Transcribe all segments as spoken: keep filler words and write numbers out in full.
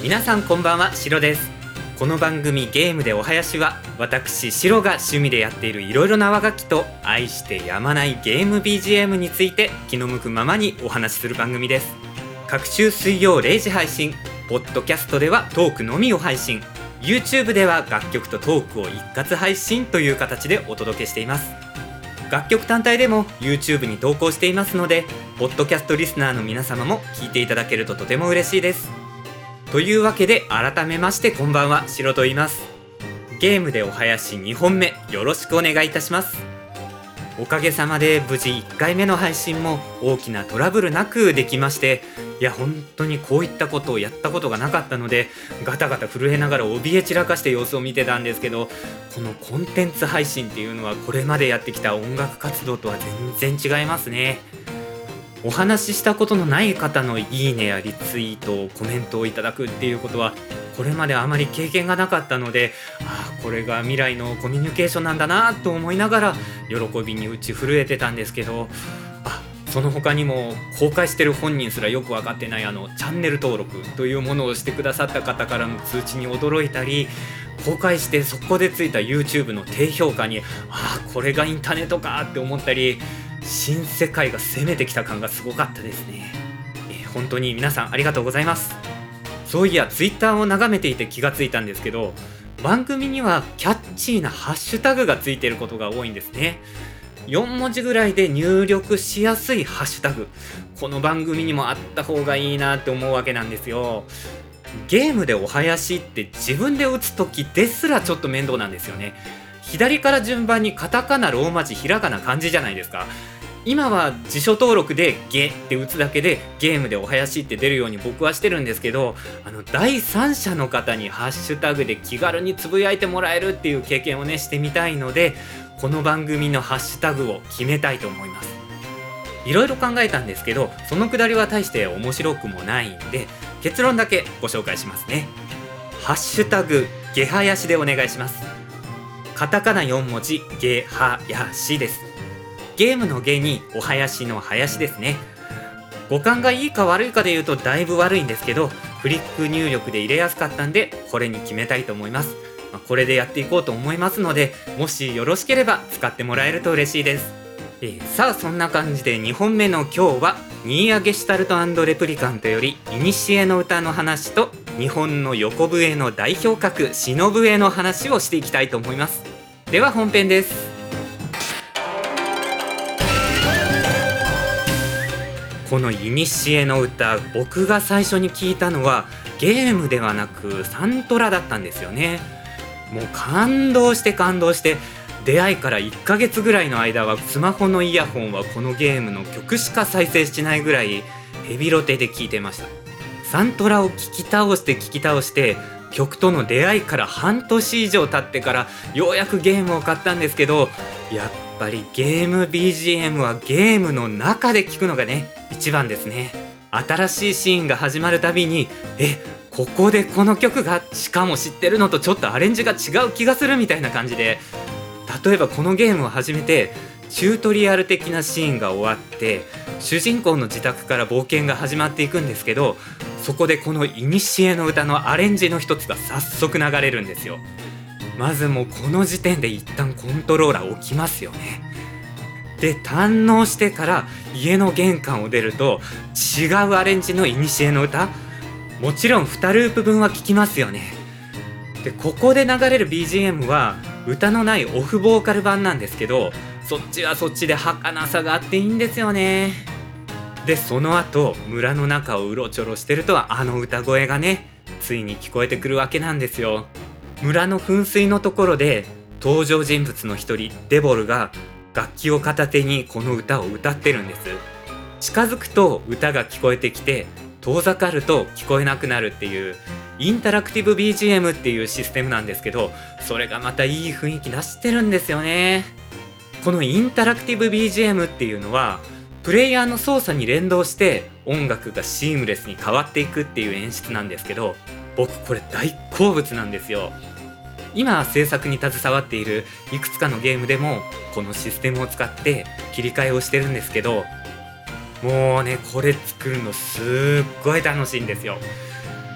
皆さんこんばんは、シロです。この番組ゲームでお囃子は、私シロが趣味でやっているいろいろな和楽器と愛してやまないゲーム ビージーエム について気の向くままにお話しする番組です。各週水曜れいじ配信、ポッドキャストではトークのみを配信、 YouTube では楽曲とトークを一括配信という形でお届けしています。楽曲単体でも YouTube に投稿していますので、ポッドキャストリスナーの皆様も聞いていただけるととても嬉しいです。というわけで改めましてこんばんは、シロと言います。ゲームでお囃子にほんめよろしくお願いいたします。おかげさまで無事いっかいめの配信も大きなトラブルなくできまして、いや本当にこういったことをやったことがなかったので、ガタガタ震えながら怯え散らかして様子を見てたんですけど、このコンテンツ配信っていうのはこれまでやってきた音楽活動とは全然違いますね。お話ししたことのない方のいいねやリツイート、コメントをいただくっていうことはこれまであまり経験がなかったので、ああこれが未来のコミュニケーションなんだなと思いながら喜びに打ち震えてたんですけど、あその他にも公開してる本人すらよく分かってないあのチャンネル登録というものをしてくださった方からの通知に驚いたり、公開してそこでついた YouTube の低評価にああこれがインターネットかって思ったり、新世界が攻めてきた感がすごかったですね。えー、本当に皆さんありがとうございます。そういや Twitter を眺めていて気がついたんですけど、番組にはキャッチーなハッシュタグがついていることが多いんですね。よんもじぐらいで入力しやすいハッシュタグ、この番組にもあった方がいいなって思うわけなんですよ。ゲームでお囃子って自分で打つ時ですらちょっと面倒なんですよね。左から順番にカタカナ、ローマ字、ひらがな、漢字じゃないですか。今は辞書登録でゲって打つだけでゲームでお囃子って出るように僕はしてるんですけど、あの第三者の方にハッシュタグで気軽につぶやいてもらえるっていう経験をねしてみたいので、この番組のハッシュタグを決めたいと思います。いろいろ考えたんですけど、そのくだりは大して面白くもないんで、結論だけご紹介しますね。ハッシュタグゲハヤシでお願いします。カタカナよんもじゲハヤシです。ゲームのゲにお囃子の囃子ですね。語感がいいか悪いかで言うとだいぶ悪いんですけど、フリック入力で入れやすかったんでこれに決めたいと思います。まあ、これでやっていこうと思いますので、もしよろしければ使ってもらえると嬉しいです。えー、さあそんな感じでにほんめの今日はニーアゲシュタルト&レプリカントよりイニシエの歌の話と日本の横笛の代表格篠笛の話をしていきたいと思います。では本編です。このイニシエの歌、僕が最初に聞いたのはゲームではなくサントラだったんですよね。もう感動して感動して、出会いからいっかげつぐらいの間はスマホのイヤホンはこのゲームの曲しか再生しないぐらいヘビロテで聴いてました。サントラを聴き倒して聴き倒して、曲との出会いから半年以上経ってからようやくゲームを買ったんですけど、やっぱりゲーム ビージーエム はゲームの中で聴くのがね一番ですね。新しいシーンが始まるたびにえここでこの曲が、しかも知ってるのとちょっとアレンジが違う気がするみたいな感じで、例えばこのゲームを始めてチュートリアル的なシーンが終わって主人公の自宅から冒険が始まっていくんですけど、そこでこのイニシエの歌のアレンジの一つが早速流れるんですよ。まずもうこの時点で一旦コントローラー置きますよね。で堪能してから家の玄関を出ると違うアレンジのイニシエの歌、もちろんにループ分は聴きますよね。でここで流れる ビージーエム は歌のないオフボーカル版なんですけど、そっちはそっちで儚さがあっていいんですよね。でその後村の中をうろちょろしてるとあの歌声がねついに聞こえてくるわけなんですよ。村の噴水のところで登場人物の一人デボルが楽器を片手にこの歌を歌ってるんです。近づくと歌が聞こえてきて、遠ざかると聞こえなくなるっていうインタラクティブ ビージーエム っていうシステムなんですけど、それがまたいい雰囲気出してるんですよね。このインタラクティブ ビージーエム っていうのはプレイヤーの操作に連動して音楽がシームレスに変わっていくっていう演出なんですけど、僕これ大好物なんですよ。今制作に携わっているいくつかのゲームでもこのシステムを使って切り替えをしてるんですけど、もうねこれ作るのすっごい楽しいんですよ。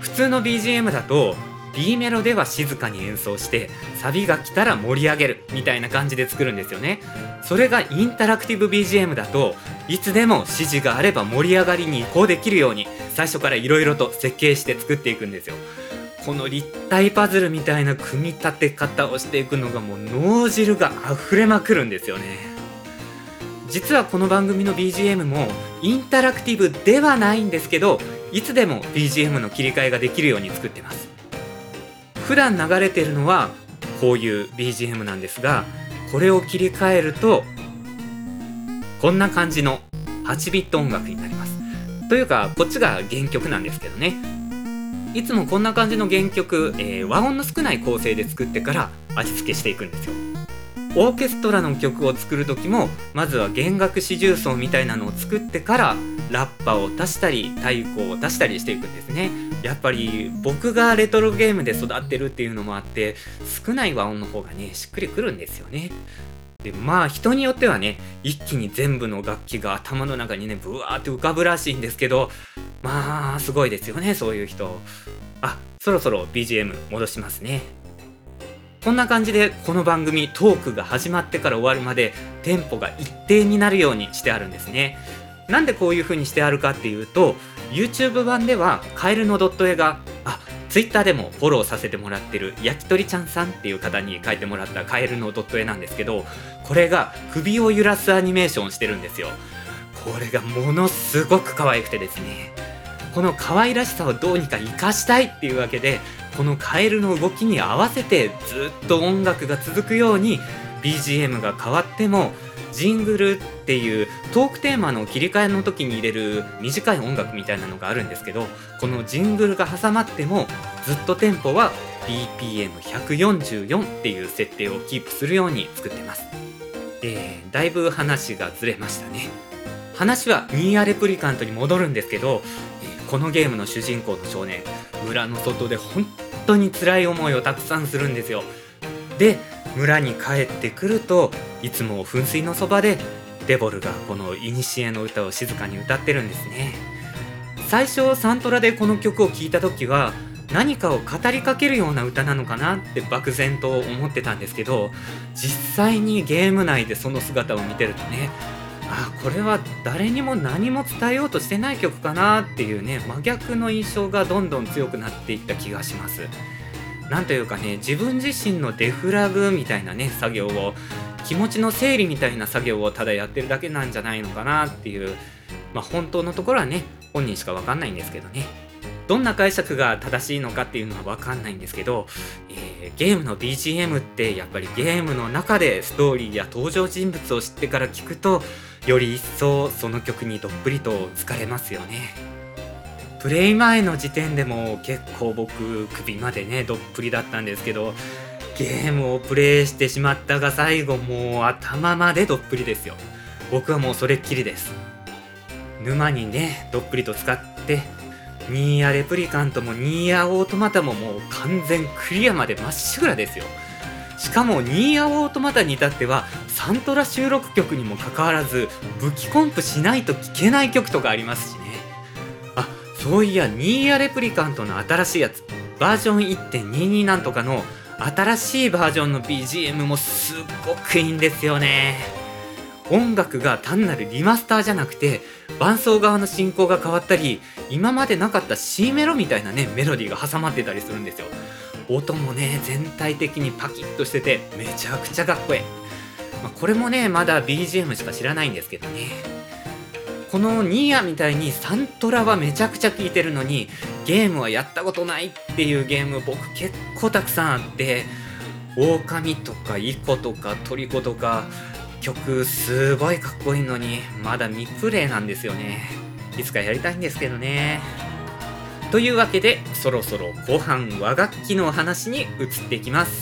普通の ビージーエム だと B メロでは静かに演奏してサビが来たら盛り上げるみたいな感じで作るんですよね。それがインタラクティブ ビージーエム だといつでも指示があれば盛り上がりに移行できるように最初からいろいろと設計して作っていくんですよ。この立体パズルみたいな組み立て方をしていくのがもう脳汁が溢れまくるんですよね。実はこの番組の ビージーエム もインタラクティブではないんですけど、いつでも ビージーエム の切り替えができるように作ってます。普段流れてるのはこういう ビージーエム なんですが、これを切り替えるとこんな感じのはちビット音楽になります。というかこっちが原曲なんですけどね。いつもこんな感じの原曲、えー、和音の少ない構成で作ってから味付けしていくんですよ。オーケストラの曲を作る時もまずは弦楽四重奏みたいなのを作ってからラッパを足したり太鼓を足したりしていくんですね。やっぱり僕がレトロゲームで育ってるっていうのもあって少ない和音の方がねしっくりくるんですよね。でまあ人によってはね一気に全部の楽器が頭の中にねブワーって浮かぶらしいんですけど、まあすごいですよねそういう人。あ、そろそろ ビージーエム 戻しますね。こんな感じでこの番組トークが始まってから終わるまでテンポが一定になるようにしてあるんですね。なんでこういう風にしてあるかっていうと YouTube 版ではカエルのドット絵があ Twitter でもフォローさせてもらってる焼き鳥ちゃんさんっていう方に描いてもらったカエルのドット絵なんですけど、これが首を揺らすアニメーションをしてるんですよ。これがものすごく可愛くてですね、この可愛らしさをどうにか活かしたいっていうわけでこのカエルの動きに合わせてずっと音楽が続くように ビージーエム が変わってもジングルっていうトークテーマの切り替えの時に入れる短い音楽みたいなのがあるんですけど、このジングルが挟まってもずっとテンポは ビーピーエムひゃくよんじゅうよん っていう設定をキープするように作ってます。えー、だいぶ話がずれましたね。話はニーアレプリカントに戻るんですけど、このゲームの主人公の少年、村の外で本当に辛い思いをたくさんするんですよ。で、村に帰ってくるといつも噴水のそばでデボルがこの古の歌を静かに歌ってるんですね。最初サントラでこの曲を聴いた時は何かを語りかけるような歌なのかなって漠然と思ってたんですけど、実際にゲーム内でその姿を見てるとね、あ、これは誰にも何も伝えようとしてない曲かなっていうね、真逆の印象がどんどん強くなっていった気がします。なんというかね、自分自身のデフラグみたいなね作業を、気持ちの整理みたいな作業をただやってるだけなんじゃないのかなっていう、まあ本当のところはね本人しか分かんないんですけどね。どんな解釈が正しいのかっていうのは分かんないんですけど、えー、ゲームの ビージーエム ってやっぱりゲームの中でストーリーや登場人物を知ってから聞くとより一層その曲にどっぷりと疲れますよね。プレイ前の時点でも結構僕首までねどっぷりだったんですけど、ゲームをプレイしてしまったが最後もう頭までどっぷりですよ。僕はもうそれっきりです。沼にねどっぷりと使ってニーアレプリカントもニーアオートマタももう完全クリアまでまっしぐらですよ。しかもニーアオートマタに至ってはサントラ収録曲にもかかわらず武器コンプしないと聴けない曲とかありますしね。あ、そういやニーアレプリカントの新しいやつバージョン いってんにじゅうに なんとかの新しいバージョンの ビージーエム もすっごくいいんですよね。音楽が単なるリマスターじゃなくて伴奏側の進行が変わったり今までなかった C メロみたいなねメロディーが挟まってたりするんですよ。音もね全体的にパキッとしててめちゃくちゃかっこいい、まあ、これもねまだ ビージーエム しか知らないんですけどね。このニーアみたいにサントラはめちゃくちゃ聴いてるのにゲームはやったことないっていうゲーム僕結構たくさんあって、狼とかイコとかトリコとか曲すごいかっこいいのにまだ未プレイなんですよね。いつかやりたいんですけどね。というわけでそろそろ後半和楽器のお話に移っていきます。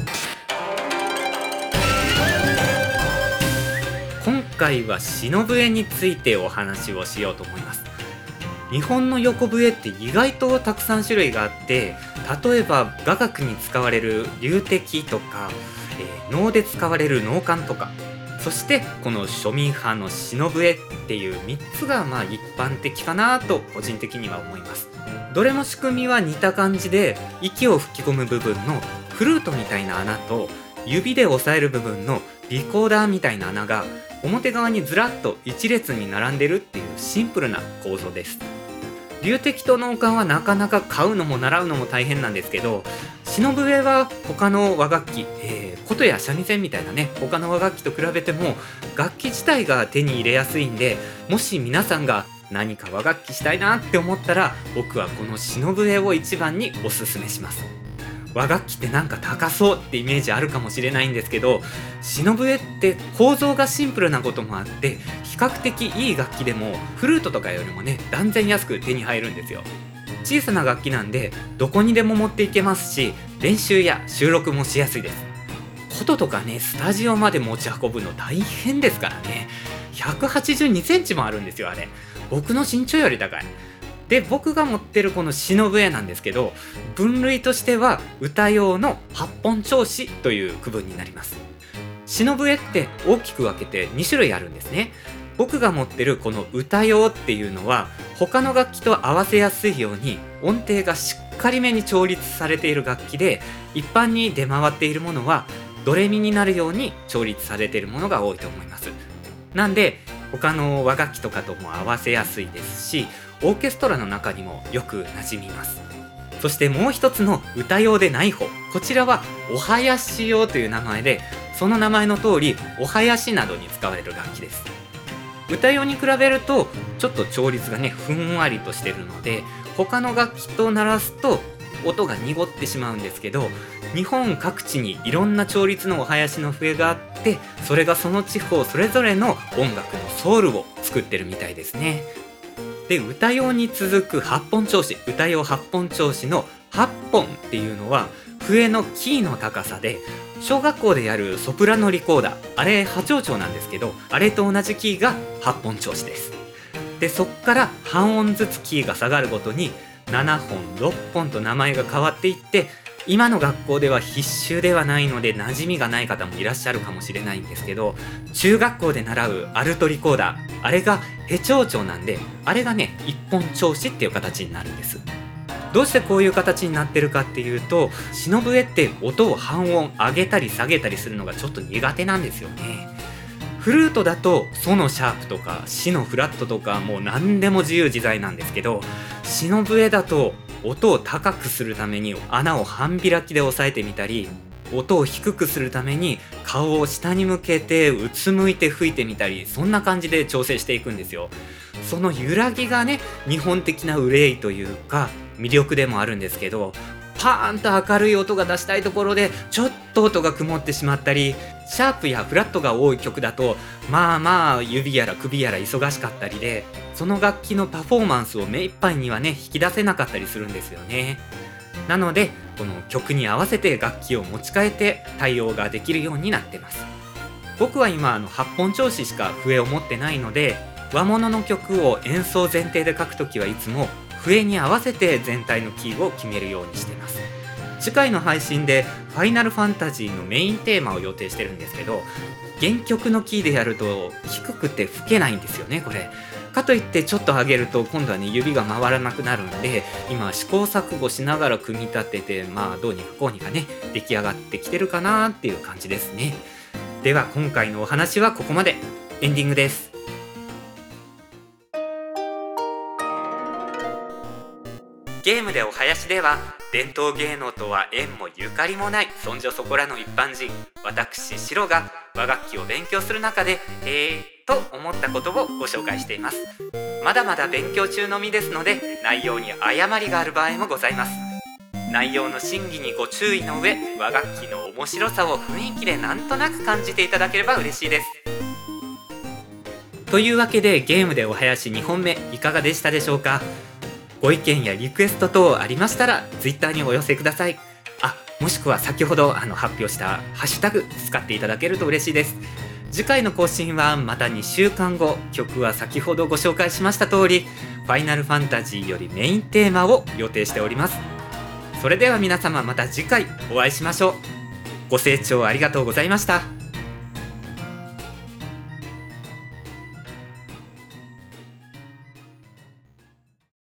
今回は篠笛についてお話をしようと思います。日本の横笛って意外とたくさん種類があって、例えば雅楽に使われる龍笛とか、えー、能で使われる能管とか、そしてこの庶民派の篠笛っていうみっつがまあ一般的かなと個人的には思います。 どれも仕組みは似た感じで、息を吹き込む部分のフルートみたいな穴と指で押さえる部分のリコーダーみたいな穴が表側にずらっと一列に並んでるっていうシンプルな構造です。龍笛と農家はなかなか買うのも習うのも大変なんですけど、篠笛は他の和楽器、えー、琴や三味線みたいなね他の和楽器と比べても楽器自体が手に入れやすいんで、もし皆さんが何か和楽器したいなって思ったら、僕はこの篠笛を一番におすすめします。和楽器ってなんか高そうってイメージあるかもしれないんですけど、篠笛って構造がシンプルなこともあって比較的いい楽器でもフルートとかよりもね断然安く手に入るんですよ。小さな楽器なんでどこにでも持っていけますし、練習や収録もしやすいです。琴とかねスタジオまで持ち運ぶの大変ですからね。ひゃくはちじゅうにセンチもあるんですよあれ。僕の身長より高い。で、僕が持ってるこの篠笛なんですけど、分類としては歌用の八本調子という区分になります。篠笛って大きく分けてに種類あるんですね。僕が持ってるこの歌用っていうのは他の楽器と合わせやすいように音程がしっかりめに調律されている楽器で、一般に出回っているものはドレミになるように調律されているものが多いと思います。なんで他の和楽器とかとも合わせやすいですし、オーケストラの中にもよく馴染みます。そしてもう一つの歌用でない方、こちらはお囃子用という名前で、その名前の通りお囃子などに使われる楽器です。歌用に比べるとちょっと調律がねふんわりとしてるので、他の楽器と鳴らすと音が濁ってしまうんですけど、日本各地にいろんな調律のお囃子の笛があって、それがその地方それぞれの音楽のソウルを作ってるみたいですね。で、歌用に続く八本調子、歌用八本調子の八本っていうのは笛のキーの高さで、小学校でやるソプラノリコーダー、あれ波長長なんですけど、あれと同じキーが八本調子です。で、そっから半音ずつキーが下がるごとにななほんろっぽんと名前が変わっていって、今の学校では必修ではないので馴染みがない方もいらっしゃるかもしれないんですけど、中学校で習うアルトリコーダー、あれがヘ長調なんで、あれがね一本調子っていう形になるんです。どうしてこういう形になってるかっていうと、篠笛って音を半音上げたり下げたりするのがちょっと苦手なんですよね。フルートだとソのシャープとかシのフラットとかもう何でも自由自在なんですけど、篠笛だと音を高くするために穴を半開きで押さえてみたり、音を低くするために顔を下に向けてうつむいて吹いてみたり、そんな感じで調整していくんですよ。その揺らぎがね日本的な憂いというか魅力でもあるんですけど、パーンと明るい音が出したいところでちょっと音が曇ってしまったり、シャープやフラットが多い曲だとまあまあ指やら首やら忙しかったりで、その楽器のパフォーマンスを目いっぱいにはね引き出せなかったりするんですよね。なのでこの曲に合わせて楽器を持ち替えて対応ができるようになってます。僕は今あの八本調子しか笛を持ってないので、和物の曲を演奏前提で書くときはいつも笛に合わせて全体のキーを決めるようにしてます。次回の配信でファイナルファンタジーのメインテーマを予定してるんですけど、原曲のキーでやると低くて吹けないんですよねこれ。かといってちょっと上げると今度はね指が回らなくなるんで、今試行錯誤しながら組み立てて、まあどうにかこうにかね出来上がってきてるかなっていう感じですね。では今回のお話はここまで。エンディングです。ゲームでお囃子では伝統芸能とは縁もゆかりもないそんじょそこらの一般人、私シロが和楽器を勉強する中でえーと思ったことをご紹介しています。まだまだ勉強中の身ですので内容に誤りがある場合もございます。内容の審議にご注意の上、和楽器の面白さを雰囲気でなんとなく感じていただければ嬉しいです。というわけでゲームでお囃子にほんめいかがでしたでしょうか。ご意見やリクエスト等ありましたら Twitter にお寄せください。あ、もしくは先ほどあの発表したハッシュタグ使っていただけると嬉しいです。次回の更新はまたにしゅうかんご、曲は先ほどご紹介しました通りファイナルファンタジーよりメインテーマを予定しております。それでは皆様また次回お会いしましょう。ご清聴ありがとうございました。